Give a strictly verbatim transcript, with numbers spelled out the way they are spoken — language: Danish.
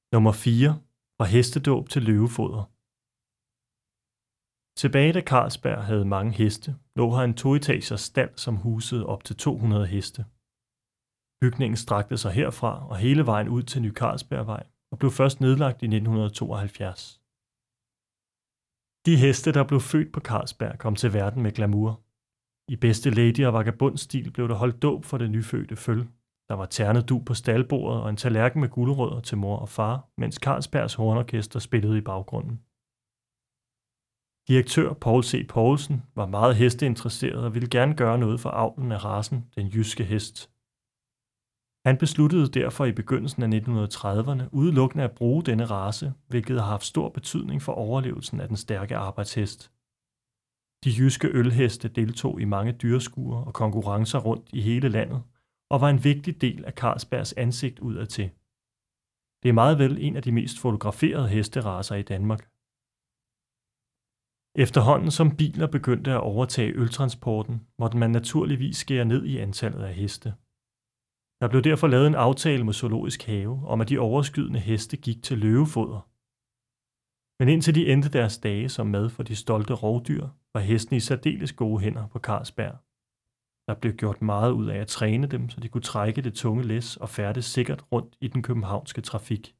Nummer fire. Fra hestedåb til løvefoder. Tilbage da Carlsberg havde mange heste, lå her en toetagers stald, som husede op til to hundrede heste. Bygningen strakte sig herfra og hele vejen ud til Ny Carlsbergvej og blev først nedlagt i nitten tooghalvfjerds. De heste, der blev født på Carlsberg, kom til verden med glamour. I bedste lady- og vagabondstil blev der holdt dåb for det nyfødte føl. Der var ternet dug på staldbordet og en tallerken med gulerødder til mor og far, mens Carlsbergs hornorkester spillede i baggrunden. Direktør Poul C. Poulsen var meget hesteinteresseret og ville gerne gøre noget for avlen af racen, den jyske hest. Han besluttede derfor i begyndelsen af nitten trediverne udelukkende at bruge denne race, hvilket har haft stor betydning for overlevelsen af den stærke arbejdshest. De jyske ølheste deltog i mange dyrskuer og konkurrencer rundt i hele landet, og var en vigtig del af Carlsbergs ansigt udadtil. Det er meget vel en af de mest fotograferede hesteracer i Danmark. Efterhånden som biler begyndte at overtage øltransporten, måtte man naturligvis skære ned i antallet af heste. Der blev derfor lavet en aftale med Zoologisk Have om, at de overskydende heste gik til løvefoder. Men indtil de endte deres dage som mad for de stolte rovdyr, var hestene i særdeles gode hænder på Carlsberg. Der blev gjort meget ud af at træne dem, så de kunne trække det tunge læs og færdes sikkert rundt i den københavnske trafik.